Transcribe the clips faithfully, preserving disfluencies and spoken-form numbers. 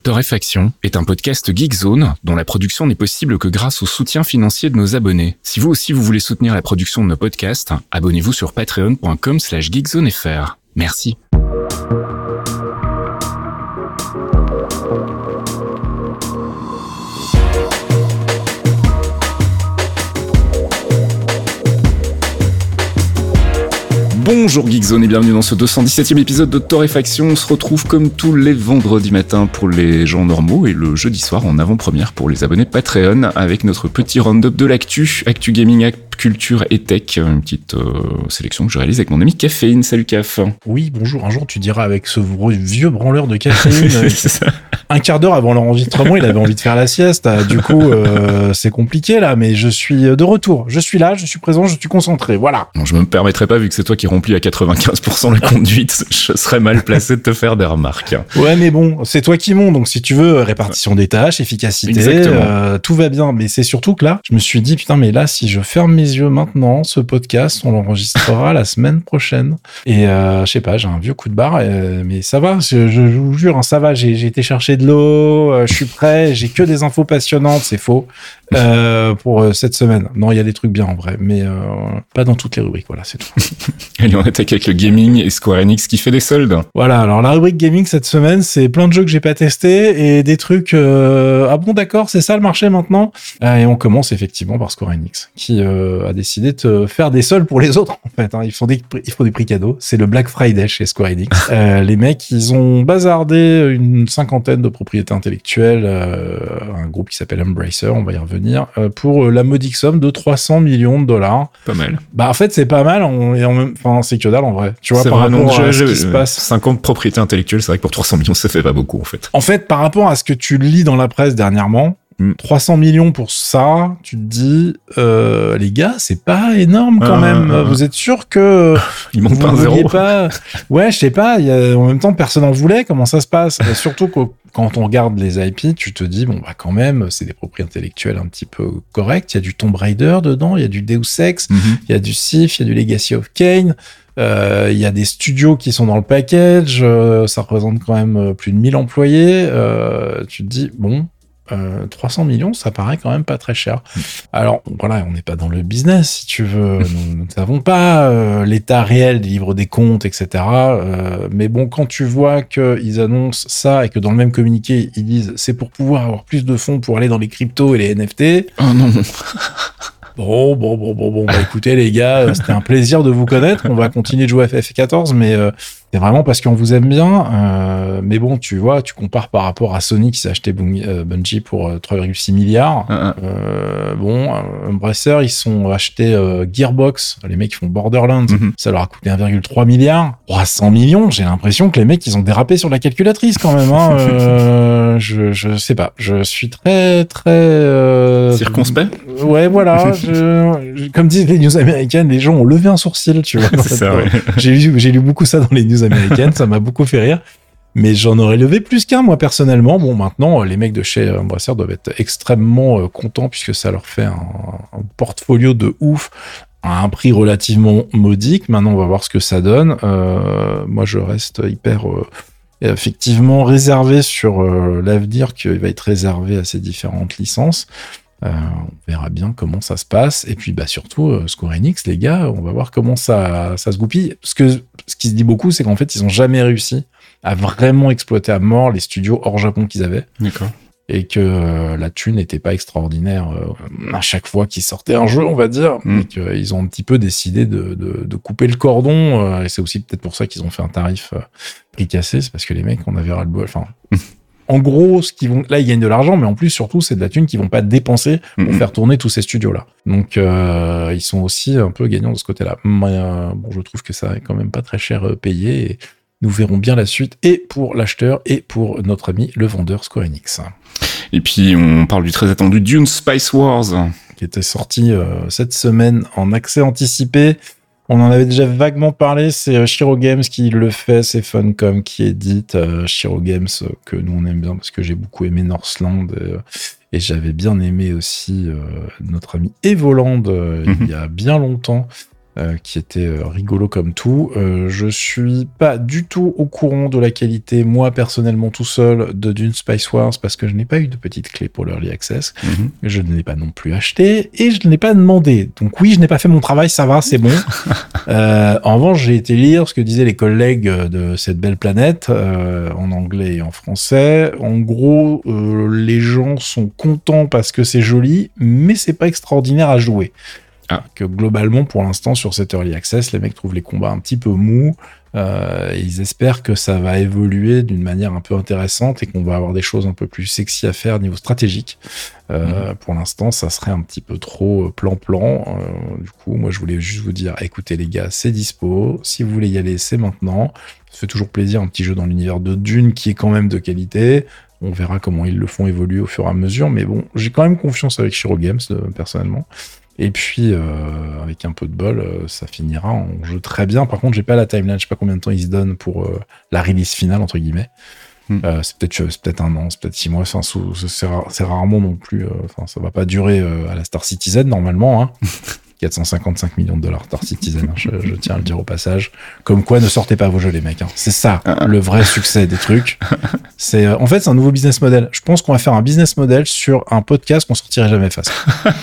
Torréfaction est un podcast Geekzone dont la production n'est possible que grâce au soutien financier de nos abonnés. Si vous aussi vous voulez soutenir la production de nos podcasts, abonnez-vous sur patreon point com slash geekzonefr. Merci. Bonjour Geekzone et bienvenue dans ce deux cent dix-septième épisode de Torréfaction. On se retrouve comme tous les vendredis matins pour les gens normaux et le jeudi soir en avant-première pour les abonnés Patreon avec notre petit round-up de l'actu, actu gaming, actu culture et tech, une petite euh, sélection que je réalise avec mon ami Caféine. Salut Caf. Oui, bonjour. Un jour tu diras avec ce vieux branleur de Caféine, c'est ça. Un quart d'heure avant l'enregistrement, il avait envie de faire la sieste. Du coup, euh, c'est compliqué là, mais je suis de retour. Je suis là, je suis présent, je suis concentré. Voilà. Non, je me permettrai pas, vu que c'est toi qui remplis à quatre-vingt-quinze pour cent la conduite, je serais mal placé de te faire des remarques. Ouais, mais bon, c'est toi qui montes, donc si tu veux, répartition des tâches, efficacité, euh, tout va bien. Mais c'est surtout que là, je me suis dit, putain, mais là, si je ferme mes yeux maintenant, ce podcast, on l'enregistrera la semaine prochaine. Et euh, je sais pas, j'ai un vieux coup de barre, euh, mais ça va, je, je, je vous jure, hein, ça va, j'ai, j'ai été chercher de l'eau, euh, je suis prêt, j'ai que des infos passionnantes, c'est faux, euh, pour euh, cette semaine. Non, il y a des trucs bien en vrai, mais euh, pas dans toutes les rubriques, voilà, c'est tout. Allez, on attaque avec le gaming et Square Enix qui fait des soldes. Voilà, alors la rubrique gaming cette semaine, c'est plein de jeux que j'ai pas testés et des trucs, euh, ah bon d'accord, c'est ça le marché maintenant. euh, Et on commence effectivement par Square Enix, qui euh, a décidé de faire des soldes pour les autres en fait, hein. Ils font des, ils font des prix cadeaux, c'est le Black Friday chez Square Enix. euh, les mecs, ils ont bazardé une cinquantaine de propriétés intellectuelles, euh, un groupe qui s'appelle Embracer, on va y revenir, euh, pour la modique somme de trois cents millions de dollars. Pas mal. Bah en fait c'est pas mal, on, et en même, enfin c'est que dalle en vrai. Tu vois, c'est par vrai, rapport non, à je, ce qui je, se passe. cinquante propriétés intellectuelles, c'est vrai que pour trois cents millions, ça fait pas beaucoup en fait. En fait, par rapport à ce que tu lis dans la presse dernièrement, mm. trois cents millions pour ça, tu te dis, euh, les gars, c'est pas énorme quand ah, même. Ah, vous êtes sûr que il manque pas un zéro pas... Ouais, je sais pas. Y a... En même temps, personne en voulait. Comment ça se passe? Et surtout que quand on regarde les I P, tu te dis, bon, bah, quand même, c'est des propriétés intellectuelles un petit peu correctes. Il y a du Tomb Raider dedans, il y a du Deus Ex, il mm-hmm. y a du Sif, il y a du Legacy of Kain. Il euh, y a des studios qui sont dans le package, euh, ça représente quand même plus de mille employés. Euh, tu te dis, bon, euh, trois cents millions, ça paraît quand même pas très cher. Alors, voilà, on n'est pas dans le business, si tu veux. Nous, nous ne savons pas euh, l'état réel des livres des comptes, et cetera. Euh, mais bon, quand tu vois qu'ils annoncent ça et que dans le même communiqué, ils disent c'est pour pouvoir avoir plus de fonds pour aller dans les cryptos et les N F T. Oh non. Bon, bon, bon, bon, bon, bah écoutez les gars, c'était un plaisir de vous connaître. On va continuer de jouer à F F quatorze, mais euh, c'est vraiment parce qu'on vous aime bien. Euh, mais bon, tu vois, tu compares par rapport à Sony qui s'est acheté Bungie, euh, Bungie pour euh, trois virgule six milliards. Uh-huh. Euh, bon, euh, Embracer, ils sont achetés euh, Gearbox, les mecs qui font Borderlands, mm-hmm. ça leur a coûté un virgule trois milliard. trois cents millions, j'ai l'impression que les mecs, ils ont dérapé sur la calculatrice quand même. Hein. euh, je, je sais pas, je suis très, très... Euh, circonspect. Ouais, voilà. Je, comme disent les news américaines, les gens ont levé un sourcil, tu vois. C'est ça, ouais. J'ai lu, j'ai lu beaucoup ça dans les news américaines, ça m'a beaucoup fait rire. Mais j'en aurais levé plus qu'un, moi, personnellement. Bon, maintenant, les mecs de chez Embracer doivent être extrêmement euh, contents puisque ça leur fait un, un portfolio de ouf à un prix relativement modique. Maintenant, on va voir ce que ça donne. Euh, moi, je reste hyper... Euh, effectivement réservé sur euh, l'avenir qui va être réservé à ces différentes licences. Euh, on verra bien comment ça se passe. Et puis, bah, surtout, euh, Square Enix, les gars, on va voir comment ça, ça se goupille. Parce que ce qui se dit beaucoup, c'est qu'en fait, ils n'ont jamais réussi à vraiment exploiter à mort les studios hors Japon qu'ils avaient. D'accord. Et que euh, la thune n'était pas extraordinaire euh, à chaque fois qu'ils sortaient un jeu, on va dire. Mm. Et qu'ils ont un petit peu décidé de, de, de couper le cordon. Euh, et c'est aussi peut-être pour ça qu'ils ont fait un tarif euh, prix cassé. C'est parce que les mecs, on avait ras le bol. Enfin, en gros, ce qu'ils vont, là, ils gagnent de l'argent, mais en plus, surtout, c'est de la thune qu'ils vont pas dépenser pour mm-hmm. faire tourner tous ces studios-là. Donc, euh, ils sont aussi un peu gagnants de ce côté-là. Mais euh, bon, je trouve que ça est quand même pas très cher euh, payé. Et nous verrons bien la suite, et pour l'acheteur, et pour notre ami, le vendeur Square Enix. Et puis, on parle du très attendu Dune Spice Wars, qui était sorti euh, cette semaine en accès anticipé. On en avait déjà vaguement parlé, c'est euh, Shiro Games qui le fait, c'est Funcom qui édite. Euh, Shiro Games, euh, que nous on aime bien, parce que j'ai beaucoup aimé Northland, euh, et j'avais bien aimé aussi euh, notre ami Evoland, euh, mm-hmm. il y a bien longtemps. euh, qui était euh, rigolo comme tout. Euh, je suis pas du tout au courant de la qualité, moi personnellement tout seul, de Dune Spice Wars parce que je n'ai pas eu de petite clé pour l'Early Access. Mm-hmm. Je ne l'ai pas non plus acheté et je ne l'ai pas demandé. Donc oui, je n'ai pas fait mon travail, ça va, c'est bon. euh, en revanche, j'ai été lire ce que disaient les collègues de cette belle planète euh, en anglais et en français. En gros, euh, les gens sont contents parce que c'est joli, mais c'est pas extraordinaire à jouer. Ah. Que globalement, pour l'instant, sur cette Early Access, les mecs trouvent les combats un petit peu mous. Euh, ils espèrent que ça va évoluer d'une manière un peu intéressante et qu'on va avoir des choses un peu plus sexy à faire niveau stratégique. Euh, mmh. Pour l'instant, ça serait un petit peu trop plan-plan. Euh, du coup, moi, je voulais juste vous dire, écoutez les gars, c'est dispo. Si vous voulez y aller, c'est maintenant. Ça fait toujours plaisir, un petit jeu dans l'univers de Dune qui est quand même de qualité. On verra comment ils le font évoluer au fur et à mesure. Mais bon, j'ai quand même confiance avec Shiro Games, euh, personnellement. Et puis, euh, avec un peu de bol, euh, ça finira en jeu très bien. Par contre, j'ai pas la timeline, je sais pas combien de temps ils se donnent pour euh, la release finale, entre guillemets. Mm. Euh, c'est peut-être c'est peut-être un an, c'est peut-être six mois. Enfin, c'est, rare, c'est rarement non plus. Enfin, euh, ça va pas durer euh, à la Star Citizen normalement. Hein. quatre cent cinquante-cinq millions de dollars Star Citizen, hein, je, je tiens à le dire au passage. Comme quoi, ne sortez pas vos jeux, les mecs. Hein. C'est ça, le vrai succès des trucs. C'est, euh, en fait, c'est un nouveau business model. Je pense qu'on va faire un business model sur un podcast qu'on sortirait jamais face.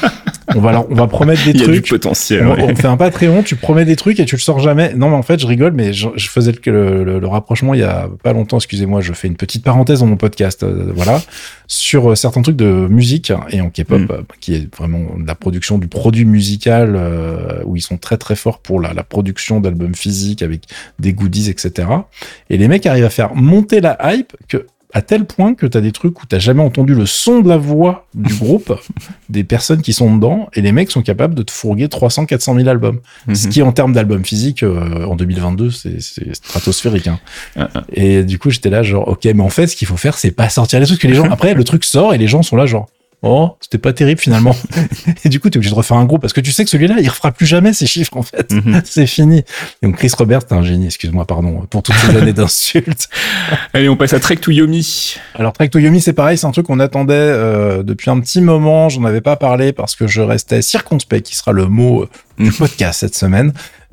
On va, on va promettre des Il trucs. Il y a du potentiel. On, ouais. on fait un Patreon, tu promets des trucs et tu le sors jamais. Non, mais en fait, je rigole, mais je, je faisais le, le, le, le rapprochement il y a pas longtemps, excusez-moi, je fais une petite parenthèse dans mon podcast, euh, voilà, sur euh, certains trucs de musique et en K-pop, mm. euh, qui est vraiment de la production du produit musical, euh, où ils sont très très forts pour la, la production d'albums physiques avec des goodies, et cetera. Et les mecs arrivent à faire monter la hype que à tel point que t'as des trucs où t'as jamais entendu le son de la voix du groupe, des personnes qui sont dedans, et les mecs sont capables de te fourguer trois cents à quatre cent mille albums. Mm-hmm. Ce qui, en termes d'albums physiques, euh, en deux mille vingt-deux, c'est, c'est stratosphérique. Hein. Uh-huh. Et du coup, j'étais là, genre, ok, mais en fait, ce qu'il faut faire, c'est pas sortir les trucs que les gens... Après, le truc sort, et les gens sont là, genre... Oh, c'était pas terrible finalement. Et du coup, t'es obligé de refaire un groupe parce que tu sais que celui-là, il refera plus jamais ces chiffres en fait. Mm-hmm. C'est fini. Et donc Chris Roberts, t'es un génie. Excuse-moi, pardon pour toutes ces années d'insultes. Allez, on passe à Trek to Yomi. Alors Trek to Yomi, c'est pareil, c'est un truc qu'on attendait euh, depuis un petit moment. J'en avais pas parlé parce que je restais circonspect, qui sera le mot euh, du podcast cette semaine.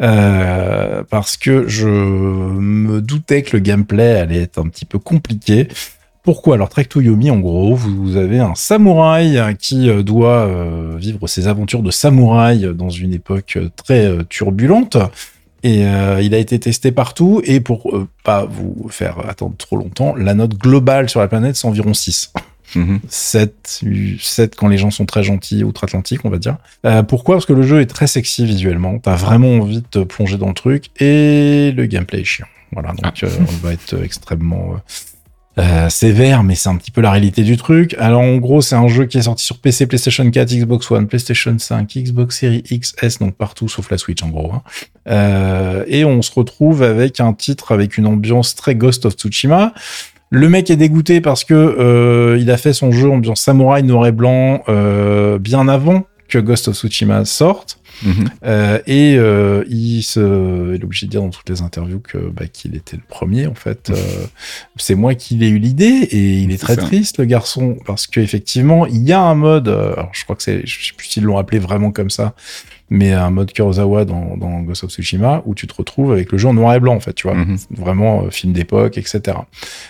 Euh, parce que je me doutais que le gameplay allait être un petit peu compliqué. Pourquoi ? Alors, Trek to Yomi, en gros, vous avez un samouraï qui doit euh, vivre ses aventures de samouraï dans une époque très euh, turbulente. Et euh, il a été testé partout. Et pour euh, pas vous faire attendre trop longtemps, la note globale sur la planète, c'est environ six. Mm-hmm. sept, sept quand les gens sont très gentils, outre-Atlantique, on va dire. Euh, pourquoi ? Parce que le jeu est très sexy visuellement. T'as vraiment envie de te plonger dans le truc. Et le gameplay est chiant. Voilà, donc ah. euh, on va être extrêmement... Euh, Euh, sévère, mais c'est un petit peu la réalité du truc. Alors en gros, c'est un jeu qui est sorti sur P C, PlayStation quatre, Xbox One, PlayStation cinq, Xbox Series X S, donc partout sauf la Switch en gros. Hein. Euh, et on se retrouve avec un titre avec une ambiance très Ghost of Tsushima. Le mec est dégoûté parce que euh, il a fait son jeu ambiance samouraï noir et blanc euh, bien avant que Ghost of Tsushima sorte. Mmh. Euh, et euh, il, se, il est obligé de dire dans toutes les interviews que bah, qu'il était le premier en fait. Euh, c'est moi qui l'ai eu l'idée et il est très c'est triste le garçon parce qu'effectivement il y a un mode. Alors je crois que c'est, je sais plus s'ils l'ont appelé vraiment comme ça, mais un mode Kurosawa dans, dans Ghost of Tsushima où tu te retrouves avec le jeu en noir et blanc en fait, tu vois, mmh. vraiment euh, film d'époque, et cetera.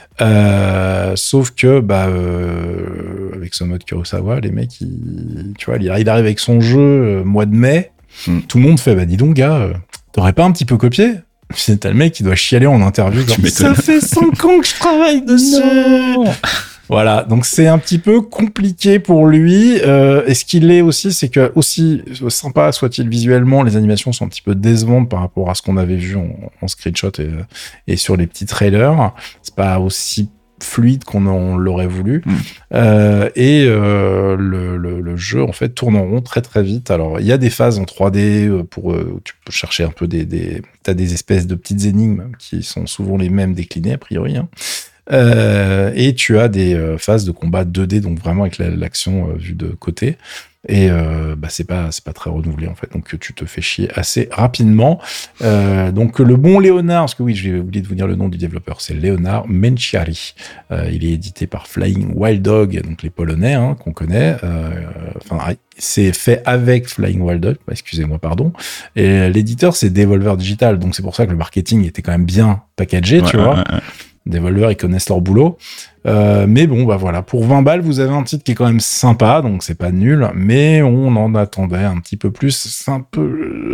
Euh, sauf que bah euh, avec ce mode Kurosawa, les mecs, ils, tu vois, il arrive avec son jeu euh, mois de mai. Mm. Tout le monde fait, bah dis donc gars, euh, t'aurais pas un petit peu copié ? C'est t'as le mec qui doit chialer en interview. Genre, ça fait cinq ans que je travaille dessus. Non. Voilà, donc c'est un petit peu compliqué pour lui. Euh, et ce qu'il est aussi, c'est que aussi sympa soit-il visuellement, les animations sont un petit peu décevantes par rapport à ce qu'on avait vu en, en screenshot et, et sur les petits trailers. C'est pas aussi fluide qu'on en l'aurait voulu. Mmh. Euh, et euh, le, le, le jeu, en fait, tourne en rond très, très vite. Alors, il y a des phases en trois D pour... Euh, tu peux chercher un peu des... des t'as des espèces de petites énigmes qui sont souvent les mêmes déclinées, a priori. Hein. Euh, et tu as des euh, phases de combat deux D, donc vraiment avec la, l'action euh, vue de côté. Et euh, bah c'est pas c'est pas très renouvelé en fait, donc tu te fais chier assez rapidement. Euh, donc le bon Léonard, parce que oui, j'ai oublié de vous dire le nom du développeur, c'est Léonard Menciari. Euh, il est édité par Flying Wild Dog, donc les Polonais hein, qu'on connaît. Euh, enfin, c'est fait avec Flying Wild Dog, excusez-moi, pardon. Et l'éditeur c'est Devolver Digital, donc c'est pour ça que le marketing était quand même bien packagé, ouais, tu ouais, vois. Ouais, ouais. Devolver, ils connaissent leur boulot. Euh, mais bon, bah voilà, pour vingt balles, vous avez un titre qui est quand même sympa, donc c'est pas nul, mais on en attendait un petit peu plus. C'est un peu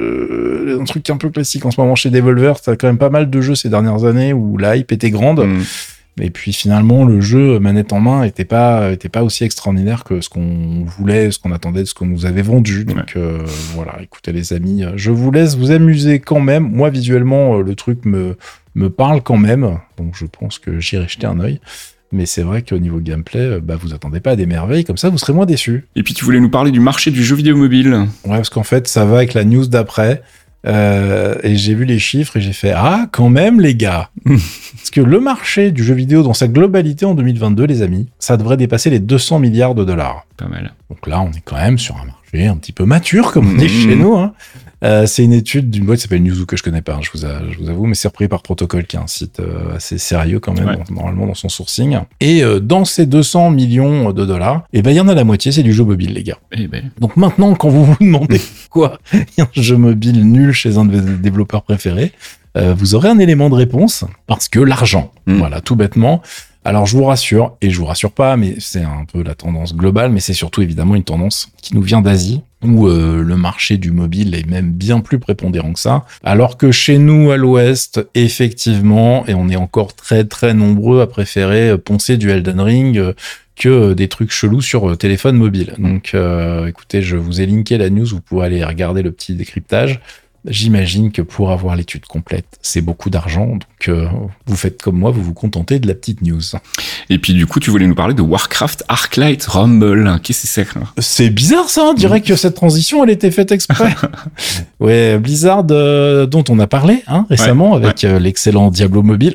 euh, un truc un peu classique en ce moment chez Devolver. T'as quand même pas mal de jeux ces dernières années où la hype était grande. Mm. Et puis finalement, le jeu manette en main était pas était pas aussi extraordinaire que ce qu'on voulait, ce qu'on attendait, ce qu'on nous avait vendu. Donc ouais. euh, voilà, écoutez les amis, je vous laisse vous amuser quand même. Moi visuellement, le truc me me parle quand même, donc je pense que j'irai jeter un œil. Mais c'est vrai qu'au niveau gameplay, bah vous attendez pas à des merveilles, comme ça vous serez moins déçus. Et puis tu voulais nous parler du marché du jeu vidéo mobile. Ouais, parce qu'en fait ça va avec la news d'après. Euh, et j'ai vu les chiffres et j'ai fait ah quand même les gars. Parce que le marché du jeu vidéo dans sa globalité en deux mille vingt-deux, les amis, ça devrait dépasser les deux cents milliards de dollars. Pas mal. Donc là on est quand même sur un marché un petit peu mature comme on dit mmh. chez nous hein. Euh, c'est une étude d'une boîte qui s'appelle Newzoo que je connais pas, hein, je, vous a, je vous avoue, mais c'est repris par Protocol, qui est un site euh, assez sérieux quand même, ouais. dans, normalement dans son sourcing. Et euh, dans ces deux cents millions de dollars, eh ben il y en a la moitié, c'est du jeu mobile, les gars. Eh ben. Donc maintenant, quand vous vous demandez quoi, il y a un jeu mobile nul chez un de vos développeurs préférés, euh, vous aurez un élément de réponse, parce que l'argent, mmh. voilà, tout bêtement. Alors je vous rassure, et je vous rassure pas, mais c'est un peu la tendance globale, mais c'est surtout évidemment une tendance qui nous vient d'Asie, où euh, le marché du mobile est même bien plus prépondérant que ça, alors que chez nous à l'Ouest, effectivement, et on est encore très très nombreux à préférer poncer du Elden Ring euh, que des trucs chelous sur euh, téléphone mobile. Donc euh, écoutez, je vous ai linké la news, vous pouvez aller regarder le petit décryptage. J'imagine que pour avoir l'étude complète, c'est beaucoup d'argent, donc euh, vous faites comme moi, vous vous contentez de la petite news. Et puis du coup, tu voulais nous parler de Warcraft Arclight Rumble. Qu'est-ce que c'est que ça ? C'est bizarre ça, on dirait mmh. que cette transition, elle était faite exprès. Ouais, Blizzard, euh, dont on a parlé hein, récemment, ouais, avec ouais. Euh, l'excellent Diablo Mobile,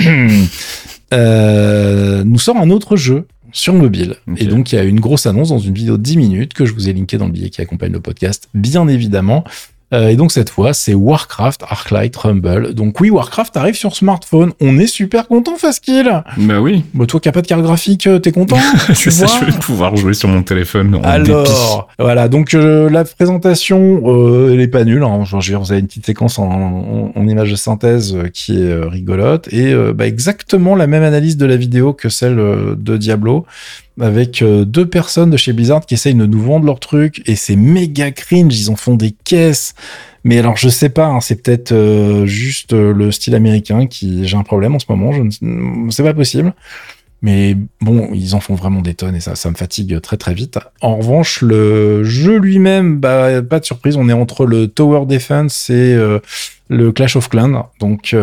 euh, nous sort un autre jeu sur mobile. Okay. Et donc, il y a une grosse annonce dans une vidéo de dix minutes que je vous ai linké dans le billet qui accompagne le podcast, bien évidemment. Euh, et donc cette fois, c'est Warcraft Arclight Rumble. Donc oui, Warcraft arrive sur smartphone. On est super content, Faskill. Bah oui. Bah toi qui n'as pas de carte graphique, t'es content? C'est ça, je vais pouvoir jouer sur mon téléphone en Alors, dépit. Voilà, donc euh, la présentation, euh, elle est pas nulle. Hein. Genre, je veux dire, vous avez une petite séquence en, en, en image de synthèse euh, qui est euh, rigolote. Et euh, bah, exactement la même analyse de la vidéo que celle euh, de Diablo, avec euh, deux personnes de chez Blizzard qui essayent de nous vendre leur truc, et c'est méga cringe, ils en font des caisses. Mais alors je sais pas, hein, c'est peut-être euh, juste euh, le style américain qui j'ai un problème en ce moment, je ne c'est pas possible. Mais bon, ils en font vraiment des tonnes et ça, ça me fatigue très très vite. En revanche, le jeu lui-même, bah pas de surprise, on est entre le Tower Defense et euh, le Clash of Clans. Donc il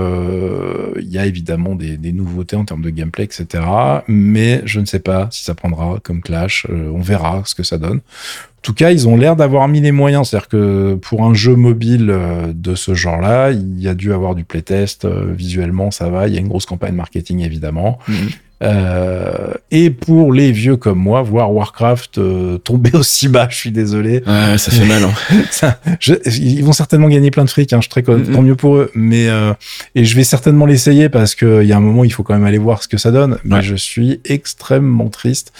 euh, y a évidemment des, des nouveautés en termes de gameplay, et cetera. Mais je ne sais pas si ça prendra comme Clash. Euh, on verra ce que ça donne. En tout cas, ils ont l'air d'avoir mis les moyens. C'est-à-dire que pour un jeu mobile de ce genre-là, il y a dû avoir du playtest. Euh, visuellement, ça va. Il y a une grosse campagne marketing, évidemment. Mmh. Euh, et pour les vieux comme moi, voir Warcraft euh, tomber aussi bas, je suis désolé. Ouais, ça fait mal. Hein. ça, je, ils vont certainement gagner plein de fric, hein, je suis très content, mm-hmm. tant mieux pour eux. Mais euh, et je vais certainement l'essayer parce que il y a un moment, il faut quand même aller voir ce que ça donne. Mais ouais. je suis extrêmement triste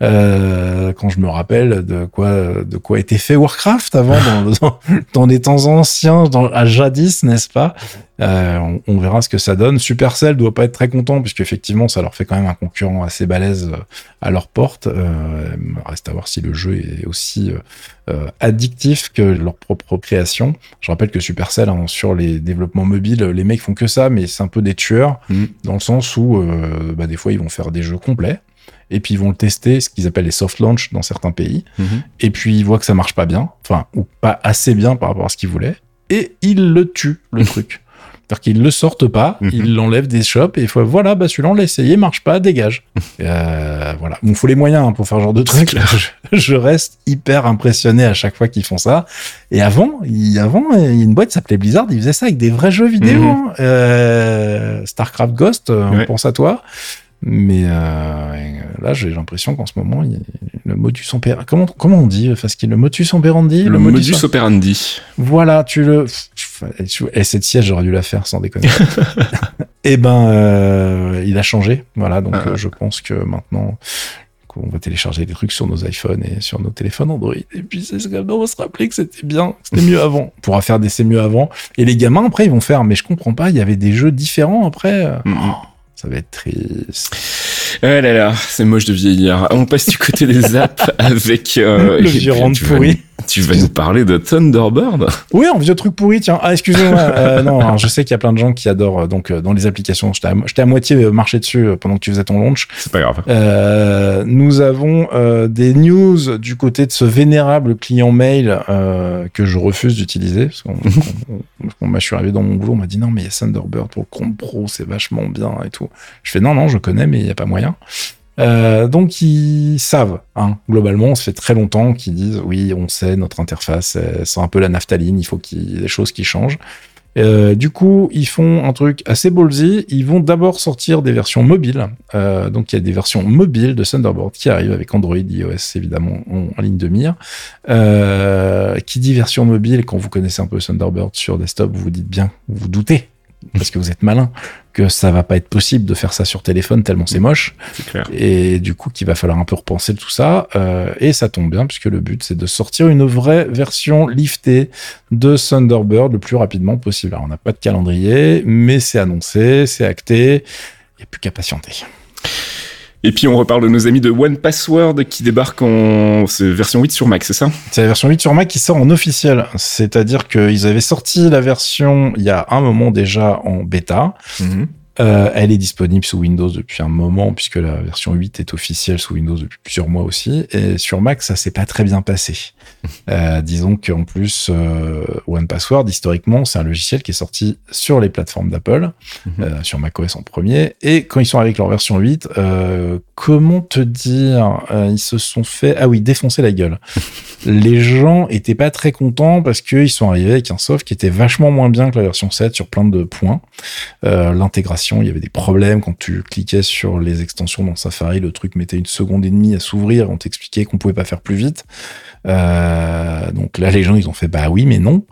euh, quand je me rappelle de quoi, de quoi était fait Warcraft avant, dans, dans, dans les temps anciens, dans, à jadis, n'est-ce pas? Euh, on, on verra ce que ça donne. Supercell doit pas être très content puisque effectivement ça leur fait quand même un concurrent assez balèze à leur porte. Euh, reste à voir si le jeu est aussi euh, addictif que leur propre création. Je rappelle que Supercell hein, sur les développements mobiles, les mecs font que ça, mais c'est un peu des tueurs mmh. dans le sens où euh, bah, des fois ils vont faire des jeux complets. Et puis ils vont le tester, ce qu'ils appellent les soft launch dans certains pays. Mmh. Et puis ils voient que ça marche pas bien, enfin ou pas assez bien par rapport à ce qu'ils voulaient, et ils le tuent le truc. C'est-à-dire qu'ils le sortent pas, mmh. ils l'enlèvent des shops et il faut voilà bah celui-là on l'a essayé, marche pas, dégage. euh, voilà, il faut les moyens hein, pour faire ce genre de truc. Je, je reste hyper impressionné à chaque fois qu'ils font ça. Et avant, il, avant il y a une boîte qui s'appelait Blizzard, ils faisaient ça avec des vrais jeux vidéo. Mmh. Hein. Euh, Starcraft Ghost, ouais. on pense à toi. Mais euh, là, j'ai l'impression qu'en ce moment, il, le, modus operandi. Comment, comment on dit, Fasquille? Le modus operandi? Le, le modus, modus operandi. Voilà, tu le... Et cette siège, j'aurais dû la faire sans déconner. Et ben, euh, il a changé. Voilà, donc ah. euh, je pense que maintenant... On va télécharger des trucs sur nos iPhones et sur nos téléphones Android. Et puis, c'est comme on va se rappeler que c'était bien, c'était mieux avant. On pourra faire des c'est mieux avant. Et les gamins, après, ils vont faire, mais je comprends pas, il y avait des jeux différents après. Mm-hmm. Oh, ça va être triste. Oh là là, c'est moche de vieillir. On passe du côté des apps avec... Euh, le vieux rend pourri. Tu vas nous parler de Thunderbird? Oui, un vieux truc pourri, tiens. Ah, excusez-moi. euh, non, alors, je sais qu'il y a plein de gens qui adorent, donc, euh, dans les applications. J'étais à, j'étais à moitié marché dessus pendant que tu faisais ton launch. C'est pas grave. Euh, nous avons euh, des news du côté de ce vénérable client mail euh, que je refuse d'utiliser. Parce qu'on, on, on, on, je suis arrivé dans mon boulot, on m'a dit non, mais il y a Thunderbird pour le compte pro, c'est vachement bien et tout. Je fais non, non, je connais, mais il n'y a pas moyen. Euh, donc ils savent, hein, globalement, ça fait très longtemps qu'ils disent oui, on sait, notre interface c'est un peu la naphtaline, il faut qu'il y ait des choses qui changent. Euh, du coup, ils font un truc assez ballsy, ils vont d'abord sortir des versions mobiles, euh, donc il y a des versions mobiles de Thunderbird qui arrivent avec Android, iOS évidemment en, en ligne de mire. Euh, qui dit version mobile, quand vous connaissez un peu Thunderbird sur desktop, vous vous dites bien, vous vous doutez, parce que vous êtes malin, que ça va pas être possible de faire ça sur téléphone tellement c'est moche. C'est clair. Et du coup, qu'il va falloir un peu repenser tout ça. Euh, et ça tombe bien, puisque le but, c'est de sortir une vraie version liftée de Thunderbird le plus rapidement possible. Alors, on n'a pas de calendrier, mais c'est annoncé, c'est acté. Il n'y a plus qu'à patienter. Et puis on reparle de nos amis de one password qui débarquent en c'est version huit sur Mac, c'est ça? C'est la version huit sur Mac qui sort en officiel. C'est-à-dire qu'ils avaient sorti la version il y a un moment déjà en bêta. Mm-hmm. Euh, elle est disponible sous Windows depuis un moment, puisque la version huit est officielle sous Windows depuis plusieurs mois aussi. Et sur Mac, ça s'est pas très bien passé. Euh, disons qu'en plus, euh, one password, historiquement, c'est un logiciel qui est sorti sur les plateformes d'Apple, mm-hmm. euh, sur macOS en premier. Et quand ils sont avec leur version huit, euh, comment te dire, euh, ils se sont fait, ah oui, défoncer la gueule. Les gens étaient pas très contents parce qu'ils sont arrivés avec un soft qui était vachement moins bien que la version sept sur plein de points. Euh, l'intégration, il y avait des problèmes quand tu cliquais sur les extensions dans Safari, le truc mettait une seconde et demie à s'ouvrir, on t'expliquait qu'on pouvait pas faire plus vite. Euh, donc là, les gens, ils ont fait bah oui, mais non.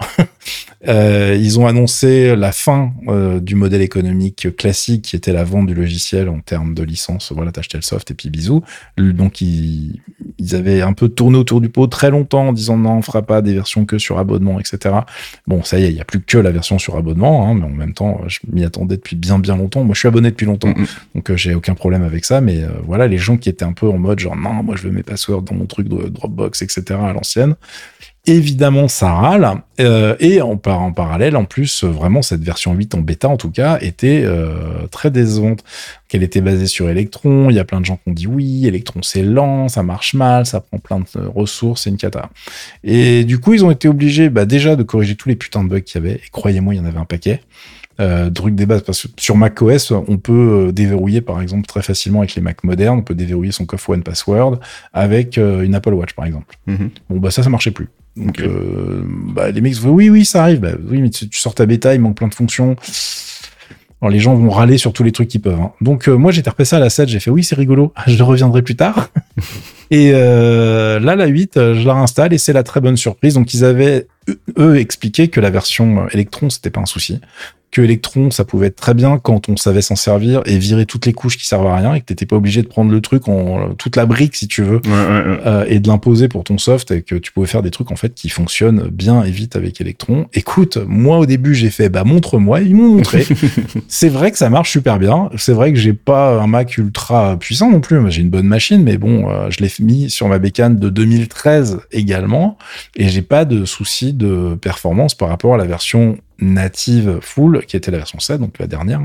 euh, ils ont annoncé la fin euh, du modèle économique classique qui était la vente du logiciel en termes de licence. Voilà, t'achetais le soft et puis bisous. Donc ils, ils avaient un peu tourné autour du pot très longtemps en disant non, on fera pas des versions que sur abonnement, et cetera. Bon, ça y est, il y a plus que la version sur abonnement, hein, mais en même temps, je m'y attendais depuis bien bien longtemps. Moi, je suis abonné depuis longtemps, mm-hmm. donc euh, j'ai aucun problème avec ça. Mais euh, voilà, les gens qui étaient un peu en mode genre non, moi je veux mes passwords dans mon truc de Dropbox, et cetera à l'ancienne. Évidemment, ça râle. Euh, et en, par, en parallèle, en plus, vraiment, cette version huit en bêta, en tout cas, était euh, très décevante. Qu'elle était basée sur Electron. Il y a plein de gens qui ont dit oui, Electron, c'est lent, ça marche mal, ça prend plein de ressources, c'est une cata. Et du coup, ils ont été obligés bah, déjà de corriger tous les putains de bugs qu'il y avait. Et croyez-moi, il y en avait un paquet. Euh, truc des bases, parce que sur macOS, on peut déverrouiller, par exemple, très facilement avec les Mac modernes, on peut déverrouiller son coffre one password avec euh, une Apple Watch, par exemple. Mm-hmm. Bon, bah ça, ça marchait plus. Donc, okay. euh, bah, les mecs se disent, oui, oui, ça arrive. Bah, oui, mais tu, tu sors ta bêta, il manque plein de fonctions. Alors, les gens vont râler sur tous les trucs qu'ils peuvent. Hein. Donc, euh, moi, j'ai repéré ça à la sept, j'ai fait, oui, c'est rigolo, je reviendrai plus tard. Et euh, là, la huit, je la réinstalle et c'est la très bonne surprise. Donc, ils avaient, eux, expliqué que la version Electron, c'était pas un souci. Que Electron, ça pouvait être très bien quand on savait s'en servir et virer toutes les couches qui servent à rien et que t'étais pas obligé de prendre le truc en toute la brique si tu veux ouais, ouais, ouais. Euh, et de l'imposer pour ton soft et que tu pouvais faire des trucs en fait qui fonctionnent bien et vite avec Electron. Écoute, moi au début j'ai fait bah montre-moi, ils m'ont montré. C'est vrai que ça marche super bien. C'est vrai que j'ai pas un Mac ultra puissant non plus. J'ai une bonne machine, mais bon, euh, je l'ai mis sur ma bécane de deux mille treize également et j'ai pas de souci de performance par rapport à la version native full qui était la version sept, donc la dernière.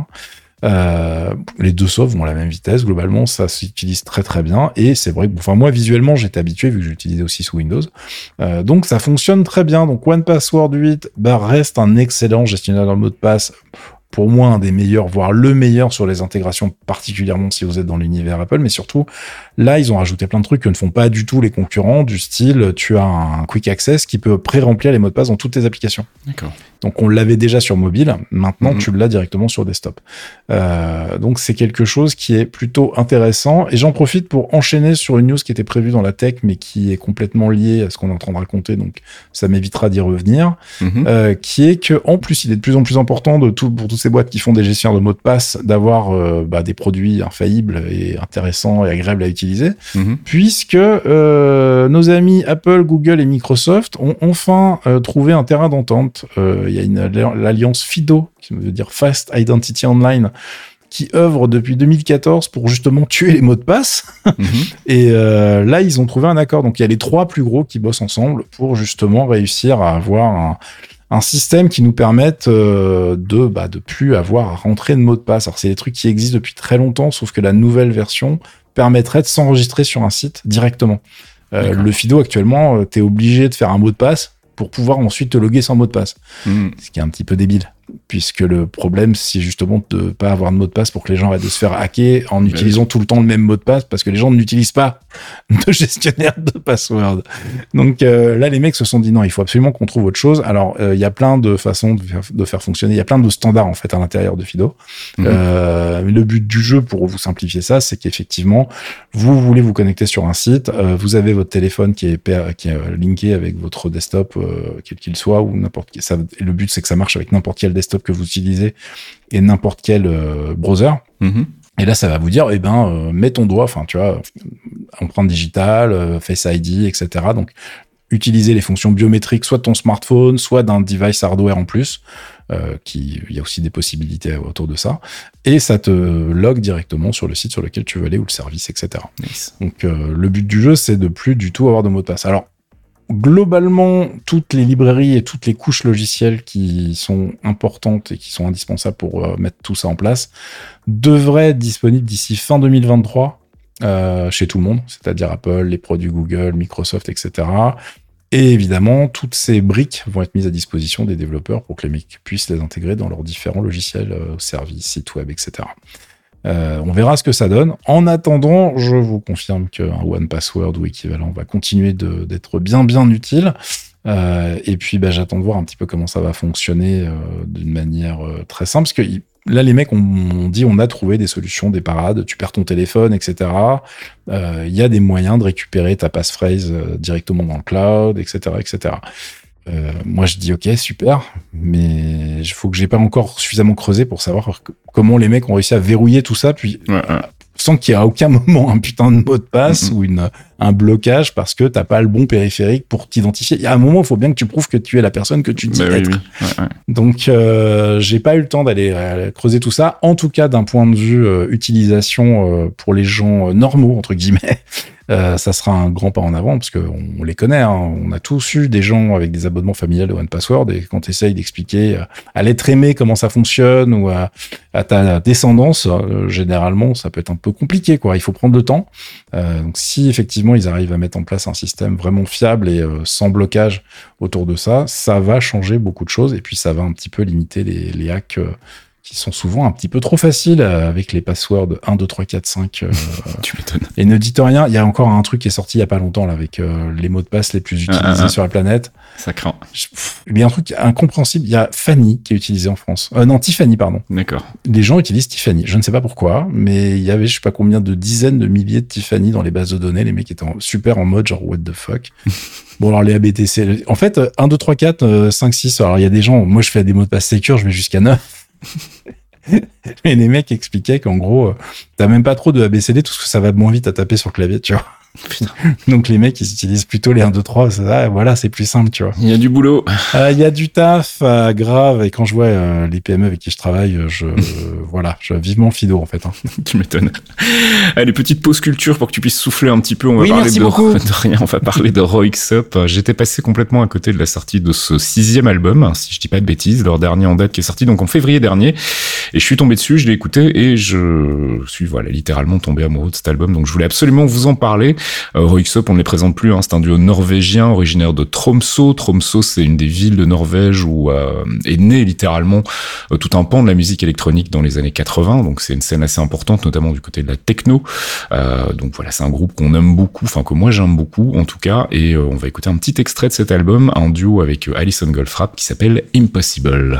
Euh, les deux softs vont à la même vitesse. Globalement, ça s'utilise très très bien. Et c'est vrai que, enfin, moi visuellement, j'étais habitué vu que j'utilisais aussi sous Windows. Euh, donc ça fonctionne très bien. Donc one password huit bah, reste un excellent gestionnaire de mot de passe pour moi un des meilleurs, voire le meilleur sur les intégrations, particulièrement si vous êtes dans l'univers Apple, mais surtout là ils ont rajouté plein de trucs que ne font pas du tout les concurrents, du style tu as un quick access qui peut pré-remplir les mots de passe dans toutes tes applications. D'accord. Donc on l'avait déjà sur mobile, maintenant mmh. tu l'as directement sur desktop. Euh, donc c'est quelque chose qui est plutôt intéressant, et j'en profite pour enchaîner sur une news qui était prévue dans la tech mais qui est complètement liée à ce qu'on est en train de raconter, donc ça m'évitera d'y revenir, mmh. euh, qui est que en plus il est de plus en plus important de tout, pour toutes ces boîtes qui font des gestionnaires de mots de passe d'avoir euh, bah, des produits infaillibles et intéressants et agréables à utiliser, mmh. puisque euh, nos amis Apple, Google et Microsoft ont enfin euh, trouvé un terrain d'entente. Euh, il y a une l'alliance FIDO, qui veut dire Fast Identity Online, qui œuvre depuis deux mille quatorze pour justement tuer les mots de passe. Mmh. Et euh, là, ils ont trouvé un accord. Donc, il y a les trois plus gros qui bossent ensemble pour justement réussir à avoir un, un système qui nous permette euh, de bah, de plus avoir à rentrer de mots de passe. Alors, c'est des trucs qui existent depuis très longtemps, sauf que la nouvelle version permettrait de s'enregistrer sur un site directement. Euh, le FIDO, actuellement, euh, t'es obligé de faire un mot de passe pour pouvoir ensuite te loguer sans mot de passe. Mmh. Ce qui est un petit peu débile, puisque le problème, c'est justement de ne pas avoir de mot de passe pour que les gens arrêtent de se faire hacker en mmh. utilisant tout le temps le même mot de passe, parce que les gens n'utilisent pas de gestionnaire de password. Donc euh, là, les mecs se sont dit non, il faut absolument qu'on trouve autre chose. Alors, il euh, y a plein de façons de faire, de faire fonctionner, il y a plein de standards en fait à l'intérieur de FIDO. Mmh. Euh, le but du jeu, pour vous simplifier ça, c'est qu'effectivement, vous voulez vous connecter sur un site, euh, vous avez votre téléphone qui est, qui est linké avec votre desktop, euh, quel qu'il soit, ou n'importe quel. Ça, et le but, c'est que ça marche avec n'importe quel desktop que vous utilisez et n'importe quel euh, browser. Mmh. Et là, ça va vous dire, eh ben, euh, mets ton doigt, enfin, tu vois, empreinte digitale, euh, Face I D, et cetera. Donc, utilisez les fonctions biométriques, soit de ton smartphone, soit d'un device hardware en plus. Euh, qui, il y a aussi des possibilités autour de ça. Et ça te log directement sur le site sur lequel tu veux aller ou le service, et cetera. Nice. Donc, euh, le but du jeu, c'est de plus du tout avoir de mot de passe. Alors, globalement, toutes les librairies et toutes les couches logicielles qui sont importantes et qui sont indispensables pour euh, mettre tout ça en place devraient être disponibles d'ici fin deux mille vingt-trois euh, chez tout le monde, c'est-à-dire Apple, les produits Google, Microsoft, et cetera. Et évidemment, toutes ces briques vont être mises à disposition des développeurs pour que les mecs puissent les intégrer dans leurs différents logiciels, euh, services, sites web, et cetera. Euh, on verra ce que ça donne. En attendant, je vous confirme qu'un One Password ou équivalent va continuer de, d'être bien bien utile. Euh, et puis, bah, j'attends de voir un petit peu comment ça va fonctionner euh, d'une manière euh, très simple, parce que là, les mecs ont, ont dit on a trouvé des solutions, des parades. Tu perds ton téléphone, et cetera. Il euh, y a des moyens de récupérer ta passphrase euh, directement dans le cloud, et cetera, et cetera. Euh, moi, je dis ok, super, mais il faut que j'ai pas encore suffisamment creusé pour savoir que, comment les mecs ont réussi à verrouiller tout ça, puis ouais, ouais. sans qu'il y ait à aucun moment un putain de mot de passe mm-hmm. ou une, un blocage parce que t'as pas le bon périphérique pour t'identifier. Il y a un moment, il faut bien que tu prouves que tu es la personne que tu dis bah, être. Oui, oui. Ouais, ouais. Donc, euh, j'ai pas eu le temps d'aller euh, creuser tout ça. En tout cas, d'un point de vue euh, utilisation euh, pour les gens euh, normaux, entre guillemets, Euh, ça sera un grand pas en avant parce qu'on on les connaît, hein. On a tous eu des gens avec des abonnements familiales de One Password et quand tu essayes d'expliquer à l'être aimé comment ça fonctionne ou à, à ta descendance, euh, généralement ça peut être un peu compliqué, quoi. Il faut prendre le temps. Euh, donc si effectivement ils arrivent à mettre en place un système vraiment fiable et euh, sans blocage autour de ça, ça va changer beaucoup de choses et puis ça va un petit peu limiter les, les hacks euh, qui sont souvent un petit peu trop faciles avec les passwords un, deux, trois, quatre, cinq. Euh, tu m'étonnes. Et ne dites rien, il y a encore un truc qui est sorti il y a pas longtemps là, avec euh, les mots de passe les plus utilisés ah, ah, sur la planète. Ça craint. Il y a un truc incompréhensible, il y a Fanny qui est utilisé en France. Euh, non, Tiffany, pardon. D'accord. Les gens utilisent Tiffany. Je ne sais pas pourquoi, mais il y avait je sais pas combien de dizaines de milliers de Tiffany dans les bases de données. Les mecs étaient en, super en mode genre what the fuck. Bon, alors les A B T C, en fait, un, deux, trois, quatre, cinq, six, alors il y a des gens, moi je fais des mots de passe sécures, je mets jusqu'à neuf. Mais les mecs expliquaient qu'en gros, euh, t'as même pas trop de A B C D, tout ce que ça va moins vite à taper sur le clavier, tu vois. Putain. Donc les mecs, ils utilisent plutôt les un, deux, trois. Ça, voilà, c'est plus simple, tu vois. Il y a du boulot. Il euh, y a du taf euh, grave. Et quand je vois euh, les P M E avec qui je travaille, je, euh, voilà, je vivement Fido, en fait. Hein. Tu m'étonnes. Allez, petite pause culture pour que tu puisses souffler un petit peu. On va oui, parler merci de, beaucoup. de rien. On va parler de Röyksopp. J'étais passé complètement à côté de la sortie de ce sixième album, si je dis pas de bêtises, leur dernier en date qui est sorti donc en février dernier. Et je suis tombé dessus, je l'ai écouté et je suis, voilà, littéralement tombé amoureux de cet album. Donc je voulais absolument vous en parler. Euh, Röyksopp, on ne les présente plus, hein, c'est un duo norvégien originaire de Tromsø. Tromsø, c'est une des villes de Norvège où euh, est né littéralement euh, tout un pan de la musique électronique dans les années quatre-vingts, donc c'est une scène assez importante, notamment du côté de la techno. Euh, donc voilà, c'est un groupe qu'on aime beaucoup, enfin que moi j'aime beaucoup en tout cas, et euh, on va écouter un petit extrait de cet album, un duo avec euh, Alison Goldfrapp qui s'appelle Impossible.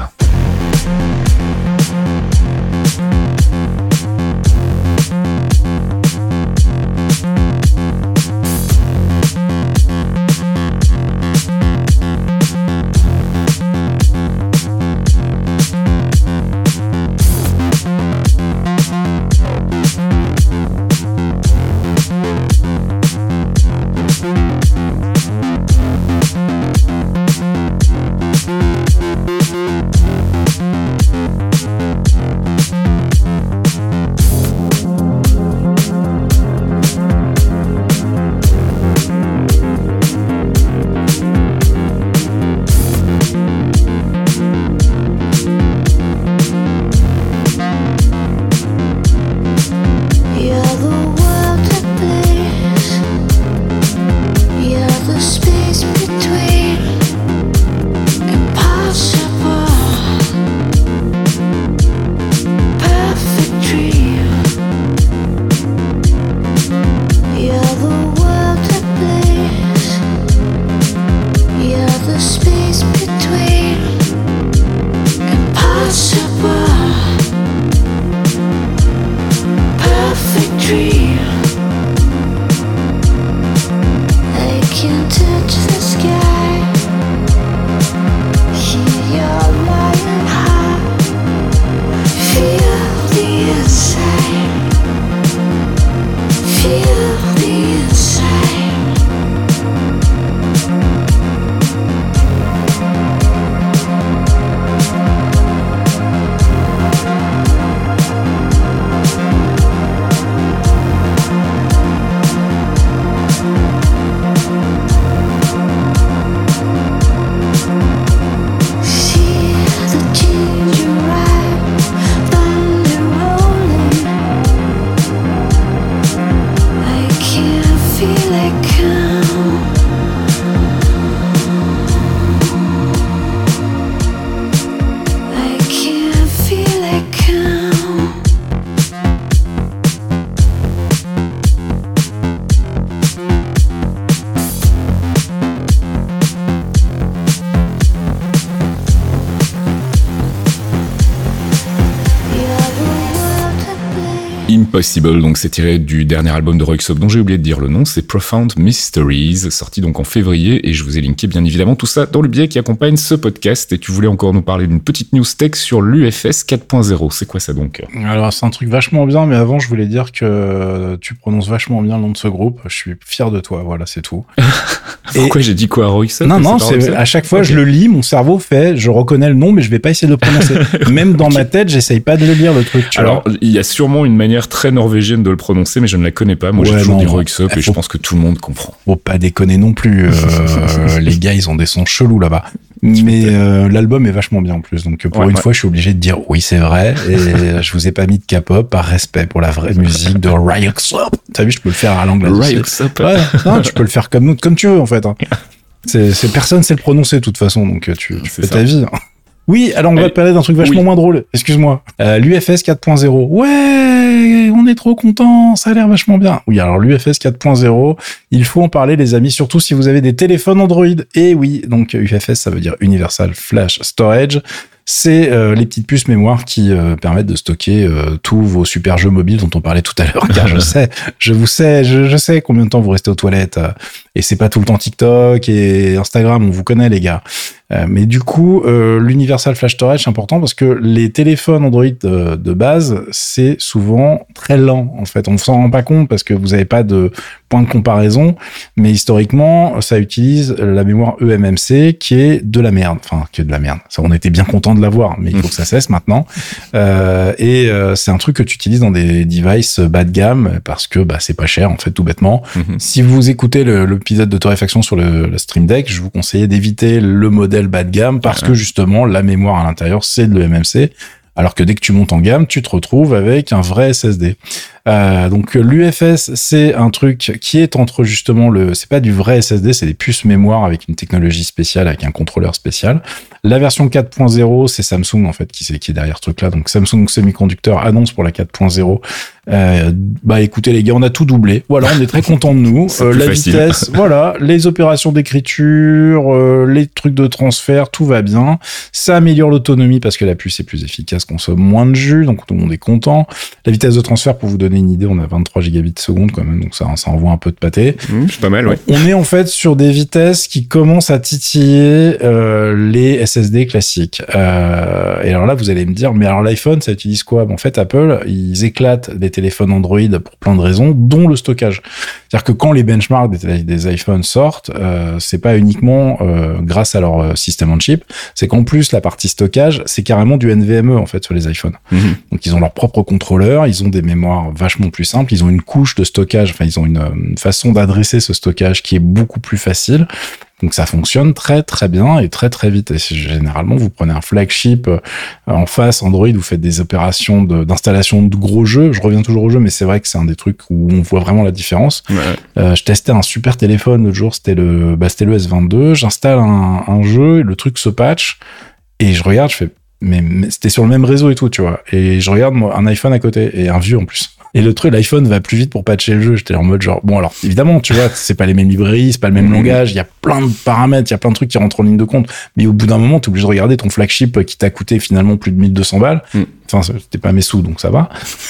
Impossible, donc c'est tiré du dernier album de Röyksopp dont j'ai oublié de dire le nom, c'est Profound Mysteries, sorti donc en février, et je vous ai linké bien évidemment tout ça dans le billet qui accompagne ce podcast. Et tu voulais encore nous parler d'une petite news tech sur l'U F S quatre point zéro, c'est quoi ça donc? Alors c'est un truc vachement bien, mais avant je voulais dire que tu prononces vachement bien le nom de ce groupe, je suis fier de toi, voilà c'est tout. Pourquoi et... j'ai dit quoi à Röyksopp? Non, non, c'est, à chaque fois okay. je le lis, mon cerveau fait, je reconnais le nom, mais je vais pas essayer de le prononcer. Même dans okay. ma tête, j'essaye pas de le lire le truc. Tu Alors il y a sûrement une manière très norvégienne de le prononcer, mais je ne la connais pas. Moi, ouais, j'ai toujours non, dit Röyksopp et faut... je pense que tout le monde comprend. Faut pas déconner non plus. Euh, les gars, ils ont des sons chelous là-bas. Mais euh, l'album est vachement bien en plus. Donc pour ouais, une ouais. fois, je suis obligé de dire oui, c'est vrai. Et je vous ai pas mis de K-pop par respect pour la vraie musique de Röyksopp. T'as vu, je peux le faire à l'anglais. Röyksopp. Ouais, non, tu peux le faire comme comme tu veux en fait. Hein. C'est, c'est personne sait le prononcer de toute façon, donc tu, tu fais ta vie. Hein. Oui, alors on va parler d'un truc vachement oui. moins drôle. Excuse-moi. Euh, L'U F S quatre point zéro. Ouais, on est trop contents, ça a l'air vachement bien. Oui, alors l'U F S quatre point zéro, il faut en parler les amis, surtout si vous avez des téléphones Android. Et oui, donc U F S, ça veut dire Universal Flash Storage. C'est euh, les petites puces mémoire qui euh, permettent de stocker euh, tous vos super jeux mobiles dont on parlait tout à l'heure. Car je sais, je vous sais, je, je sais combien de temps vous restez aux toilettes. Euh, et c'est pas tout le temps TikTok et Instagram, on vous connaît les gars. Euh, mais du coup, euh, l'Universal Flash Storage, c'est important parce que les téléphones Android de, de base, c'est souvent très lent en fait. On s'en rend pas compte parce que vous n'avez pas de point de comparaison, mais historiquement, ça utilise la mémoire E M M C qui est de la merde. Enfin, qui est de la merde. Ça, on était bien content de l'avoir, mais il faut que ça cesse maintenant. Euh, et euh, c'est un truc que tu utilises dans des devices bas de gamme parce que bah c'est pas cher en fait, tout bêtement. Mm-hmm. Si vous écoutez le, l'épisode de Torréfaction sur le, le Stream Deck, je vous conseille d'éviter le modèle bas de gamme parce ouais. que justement la mémoire à l'intérieur c'est de l'E M M C. Alors que dès que tu montes en gamme, tu te retrouves avec un vrai S S D. Euh, donc l'U F S, c'est un truc qui est entre justement le, c'est pas du vrai S S D, c'est des puces mémoire avec une technologie spéciale, avec un contrôleur spécial. La version quatre point zéro, c'est Samsung en fait qui, qui est derrière ce truc-là. Donc Samsung Semiconductor annonce pour la quatre point zéro. Euh, bah écoutez les gars, on a tout doublé. Voilà, on est très contents de nous. Euh, la facile. Vitesse, voilà, les opérations d'écriture, euh, les trucs de transfert, tout va bien. Ça améliore l'autonomie parce que la puce est plus efficace, consomme moins de jus, donc tout le monde est content. La vitesse de transfert, pour vous donner une idée, on a vingt-trois gigabits seconde quand même, donc ça, ça envoie un peu de pâté. Mmh, c'est pas mal, ouais. On est en fait sur des vitesses qui commencent à titiller euh, les S S D classiques. Euh, et alors là, vous allez me dire, mais alors l'iPhone, ça utilise quoi? Bon, en fait, Apple, ils éclatent les téléphones Android pour plein de raisons, dont le stockage. C'est-à-dire que quand les benchmarks des, des iPhones sortent, euh, c'est pas uniquement euh, grâce à leur système on chip, c'est qu'en plus la partie stockage, c'est carrément du N V M e en fait sur les iPhones. Mmh. Donc ils ont leur propre contrôleur, ils ont des mémoires vachement plus simples, ils ont une couche de stockage, enfin ils ont une, une façon d'adresser ce stockage qui est beaucoup plus facile. Donc ça fonctionne très très bien et très très vite. Et généralement, vous prenez un flagship euh, en face Android, vous faites des opérations de, d'installation de gros jeux. Je reviens toujours au jeu, mais c'est vrai que c'est un des trucs où on voit vraiment la différence. Ouais. Euh, je testais un super téléphone l'autre jour, c'était le, bah, c'était le S vingt-deux. J'installe un, un jeu, et le truc se patch et je regarde, je fais, mais, mais c'était sur le même réseau et tout, tu vois. Et je regarde moi, un iPhone à côté et un vieux en plus. Et le truc, l'iPhone va plus vite pour patcher le jeu. J'étais en mode genre, bon alors, évidemment, tu vois, c'est pas les mêmes librairies, c'est pas le même mmh. langage, il y a plein de paramètres, il y a plein de trucs qui rentrent en ligne de compte. Mais au bout d'un moment, t'es obligé de regarder ton flagship qui t'a coûté finalement plus de mille deux cents balles. Mmh. Enfin, c'était pas mes sous, donc ça va.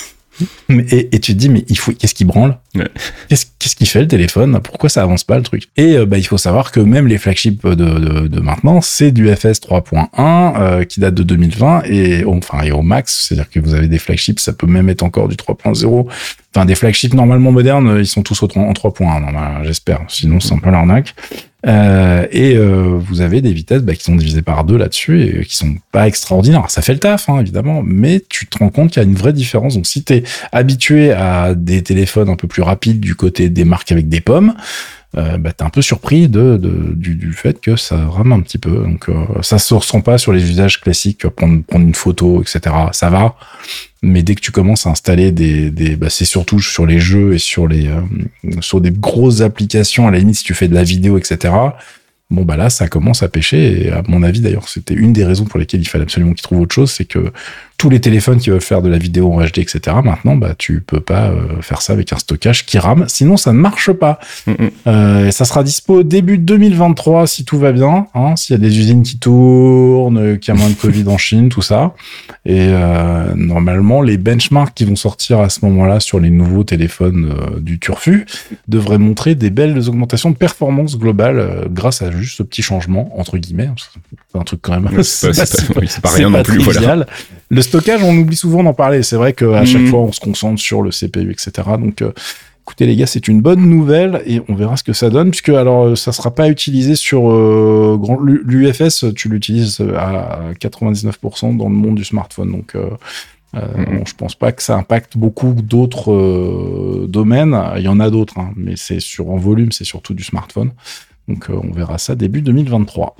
Mais, et, et tu te dis, mais il faut, qu'est-ce qui branle? Ouais. Qu'est-ce, qu'est-ce qu'il fait le téléphone? Pourquoi ça avance pas le truc? Et euh, bah, il faut savoir que même les flagships de, de, de maintenant, c'est du F S trois point un euh, qui date de deux mille vingt et au, enfin, et au max, c'est-à-dire que vous avez des flagships, ça peut même être encore du trois point zéro. Enfin, des flagships normalement modernes, ils sont tous au, en trois point un, normal, j'espère. Sinon, c'est un peu l'arnaque. Euh, et euh, vous avez des vitesses bah, qui sont divisées par deux là-dessus et qui sont pas extraordinaires. Ça fait le taf, hein, évidemment, mais tu te rends compte qu'il y a une vraie différence. Donc, si t'es habitué à des téléphones un peu plus rapides du côté des marques avec des pommes, euh, bah, t'es un peu surpris de, de du, du fait que ça rame un petit peu. Donc, euh, ça se ressent pas sur les usages classiques, prendre, prendre une photo, et cetera. Ça va. Mais dès que tu commences à installer des, des, bah c'est surtout sur les jeux et sur les, euh, sur des grosses applications, à la limite si tu fais de la vidéo, et cetera. Bon bah là, ça commence à pêcher. Et à mon avis, d'ailleurs, c'était une des raisons pour lesquelles il fallait absolument qu'ils trouvent autre chose, c'est que tous les téléphones qui veulent faire de la vidéo en H D, et cetera. Maintenant, bah tu peux pas euh, faire ça avec un stockage qui rame, sinon ça ne marche pas. Mm-hmm. Euh, et ça sera dispo début deux mille vingt-trois si tout va bien, hein, s'il y a des usines qui tournent, qu'il y a moins de Covid en Chine, tout ça. Et euh, normalement, les benchmarks qui vont sortir à ce moment-là sur les nouveaux téléphones euh, du Turfu devraient montrer des belles augmentations de performance globale euh, grâce à juste ce petit changement entre guillemets. C'est un truc quand même. Ouais, c'est, pas, c'est, pas, oui, c'est pas rien c'est non pas plus. Voilà. Le stockage, on oublie souvent d'en parler. C'est vrai qu'à mmh. chaque fois, on se concentre sur le C P U, et cetera. Donc, euh, écoutez les gars, c'est une bonne nouvelle et on verra ce que ça donne, puisque alors ça sera pas utilisé sur euh, grand, l'U F S. Tu l'utilises à quatre-vingt-dix-neuf pour cent dans le monde du smartphone. Donc, euh, euh, mmh. bon, je pense pas que ça impacte beaucoup d'autres euh, domaines. Il y en a d'autres, hein, mais c'est sur en volume, c'est surtout du smartphone. Donc, euh, on verra ça début deux mille vingt-trois.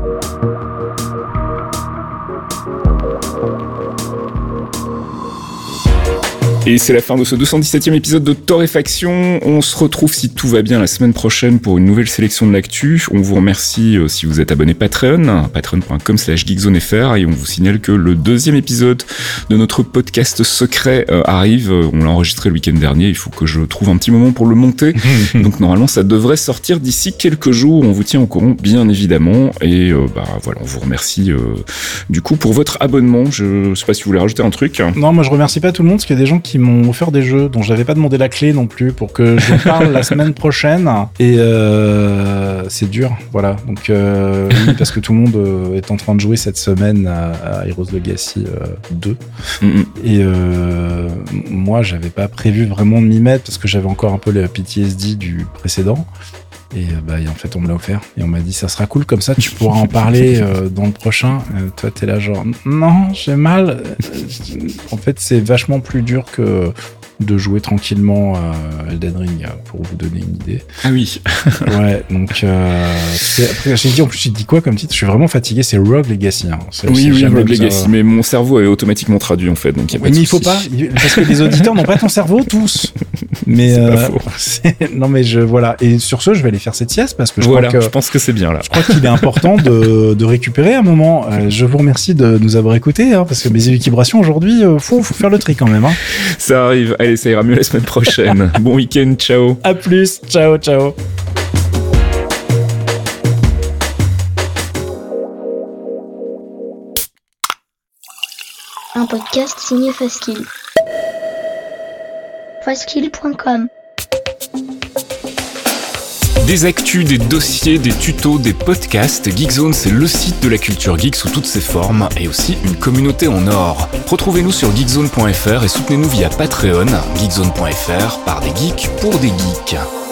Et c'est la fin de ce deux cent dix-septième épisode de Torréfaction. On se retrouve si tout va bien la semaine prochaine pour une nouvelle sélection de l'actu. On vous remercie euh, si vous êtes abonné Patreon, patreon point com slash geekzonefr, et on vous signale que le deuxième épisode de notre podcast secret euh, arrive. On l'a enregistré le week-end dernier, il faut que je trouve un petit moment pour le monter. Donc normalement ça devrait sortir d'ici quelques jours. On vous tient au courant bien évidemment. Et euh, bah voilà, on vous remercie euh, du coup pour votre abonnement. Je sais pas si vous voulez rajouter un truc. Non, moi je remercie pas tout le monde parce qu'il y a des gens qui m'ont offert des jeux dont j'avais pas demandé la clé non plus pour que je parle la semaine prochaine et euh, c'est dur, voilà. Donc euh, oui, parce que tout le monde euh, est en train de jouer cette semaine à, à Heroes Legacy euh, deux mm-hmm. et euh, moi j'avais pas prévu vraiment de m'y mettre parce que j'avais encore un peu le P T S D du précédent. Et, bah, et en fait on me l'a offert et on m'a dit ça sera cool comme ça tu pourras en parler euh, dans le prochain. Euh, toi t'es là genre non j'ai mal. En fait c'est vachement plus dur que de jouer tranquillement à Elden Ring, pour vous donner une idée. Ah oui. Ouais, donc euh, c'est, après j'ai dit en plus, j'ai dit quoi comme titre? Je suis vraiment fatigué. C'est Rogue Legacy. Hein. C'est, oui, c'est oui, Rogue ça... Legacy. Mais mon cerveau est automatiquement traduit en fait, donc. Y a pas oui, de mais il faut souci. pas, parce que les auditeurs n'ont pas ton cerveau tous. Mais c'est euh, pas faux. C'est... non, mais je voilà. Et sur ce, je vais aller faire cette sieste parce que je voilà, crois que je pense que c'est bien là. Je crois qu'il est important de, de récupérer un moment. Euh, je vous remercie de nous avoir écoutés, hein, parce que mes équilibrations aujourd'hui, euh, faut, faut faire le tri quand même. Hein. Ça arrive. Allez, ça ira mieux la semaine prochaine. Bon week-end, ciao. À plus, ciao, ciao. Un podcast signé Faskill. Faskill point com. Des actus, des dossiers, des tutos, des podcasts, Geekzone, c'est le site de la culture geek sous toutes ses formes et aussi une communauté en or. Retrouvez-nous sur geekzone point f r et soutenez-nous via Patreon, geekzone point f r, par des geeks pour des geeks.